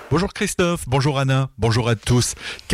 Bonjour Christophe, bonjour Anna, bonjour à tous.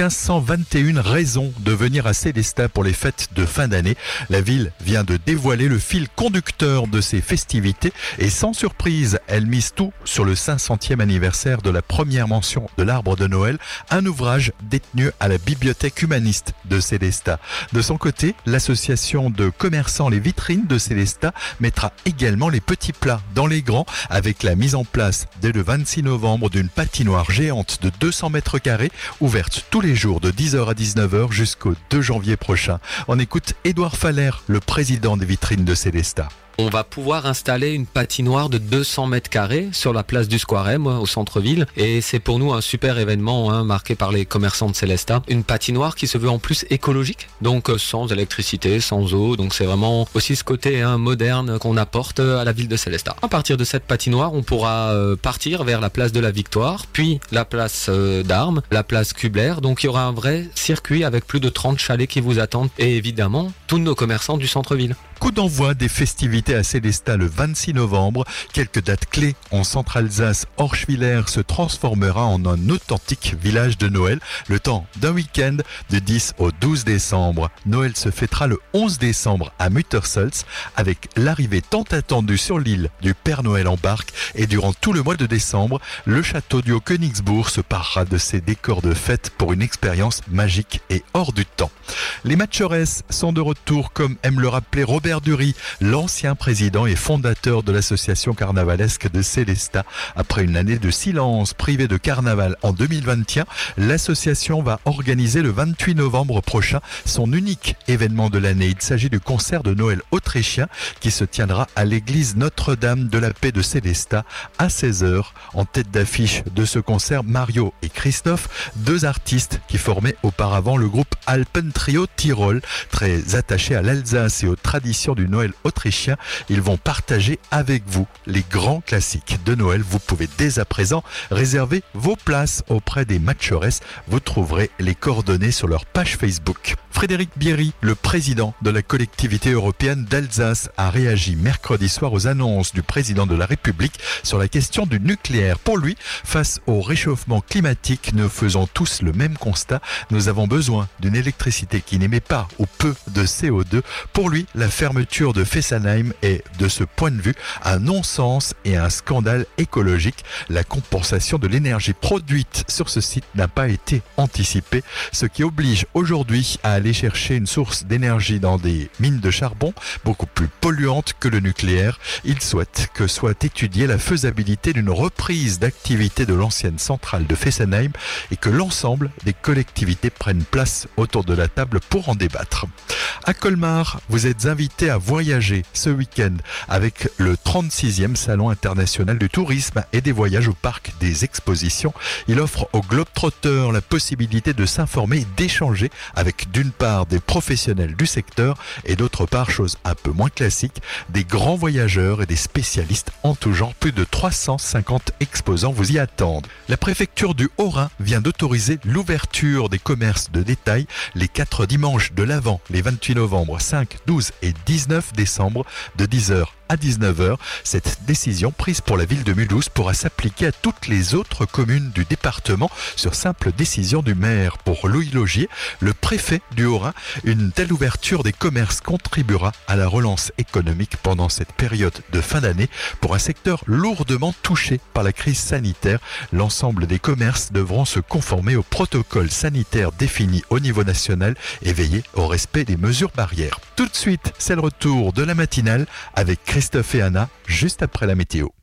1521 raisons de venir à Sélestat pour les fêtes de fin d'année. La ville vient de dévoiler le fil conducteur de ces festivités et sans surprise, elle mise tout sur le 500e anniversaire de la première mention de l'arbre de Noël, un ouvrage détenu à la bibliothèque humaniste de Sélestat. De son côté, l'association de commerçants Les Vitrines de Sélestat mettra également les petits plats dans les grands avec la mise en place dès le 26 novembre d'une patinoire géante de 200 mètres carrés, ouverte tous les jours de 10h à 19h jusqu'au 2 janvier prochain. On écoute Édouard Faller, le président des Vitrines de Sélestat. On va pouvoir installer une patinoire de 200 mètres carrés sur la place du Square M au centre-ville et c'est pour nous un super événement marqué par les commerçants de Sélestat. Une patinoire qui se veut en plus écologique, donc sans électricité, sans eau, donc c'est vraiment aussi ce côté moderne qu'on apporte à la ville de Sélestat. À partir de cette patinoire, on pourra partir vers la place de la Victoire, puis la place d'Armes, la place Kubler, donc il y aura un vrai circuit avec plus de 30 chalets qui vous attendent et évidemment tous nos commerçants du centre-ville. Coup d'envoi des festivités à Sélestat le 26 novembre. Quelques dates clés en Centre-Alsace. Orschwiller se transformera en un authentique village de Noël. Le temps d'un week-end de 10 au 12 décembre. Noël se fêtera le 11 décembre à Muttersolz avec l'arrivée tant attendue sur l'île du Père Noël en barque. Et durant tout le mois de décembre, le château du Haut-Königsbourg se parera de ses décors de fête pour une expérience magique et hors du temps. Les Matcheresses sont de retour comme aime le rappeler Robert Dury, l'ancien président et fondateur de l'association carnavalesque de Sélestat. Après une année de silence privé de carnaval en 2021, l'association va organiser le 28 novembre prochain son unique événement de l'année. Il s'agit du concert de Noël autrichien qui se tiendra à l'église Notre-Dame de la Paix de Sélestat à 16h. En tête d'affiche de ce concert, Mario et Christophe, deux artistes qui formaient auparavant le groupe Alpentrio Tirol, très attachés à l'Alsace et aux traditions du Noël autrichien. Ils vont partager avec vous les grands classiques de Noël. Vous pouvez dès à présent réserver vos places auprès des Matcheresses. Vous trouverez les coordonnées sur leur page Facebook. Frédéric Bierry, le président de la collectivité européenne d'Alsace, a réagi mercredi soir aux annonces du président de la République sur la question du nucléaire. Pour lui, face au réchauffement climatique, nous faisons tous le même constat. Nous avons besoin d'une électricité qui n'émet pas ou peu de CO2. Pour lui, la fermeture de Fessenheim est, de ce point de vue, un non-sens et un scandale écologique. La compensation de l'énergie produite sur ce site n'a pas été anticipée, ce qui oblige aujourd'hui à aller chercher une source d'énergie dans des mines de charbon beaucoup plus polluantes que le nucléaire. Il souhaite que soit étudiée la faisabilité d'une reprise d'activité de l'ancienne centrale de Fessenheim et que l'ensemble des collectivités prennent place autour de la table pour en débattre. À Colmar, vous êtes invités à voyager ce week-end avec le 36e Salon international du tourisme et des voyages au parc des expositions. Il offre aux globetrotteurs la possibilité de s'informer et d'échanger avec d'une part des professionnels du secteur et d'autre part, chose un peu moins classique, des grands voyageurs et des spécialistes en tout genre. Plus de 350 exposants vous y attendent. La préfecture du Haut-Rhin vient d'autoriser l'ouverture des commerces de détail les 4 dimanches de l'Avent, les 28 novembre, 5, 12 et 19 décembre de 10h à 19h. Cette décision prise pour la ville de Mulhouse pourra s'appliquer à toutes les autres communes du département sur simple décision du maire. Pour Louis Laugier, le préfet du Haut-Rhin, une telle ouverture des commerces contribuera à la relance économique pendant cette période de fin d'année. Pour un secteur lourdement touché par la crise sanitaire, l'ensemble des commerces devront se conformer aux protocoles sanitaires définis au niveau national et veiller au respect des mesures barrières. Tout de suite, c'est le retour de la matinale avec Christophe et Anna, juste après la météo.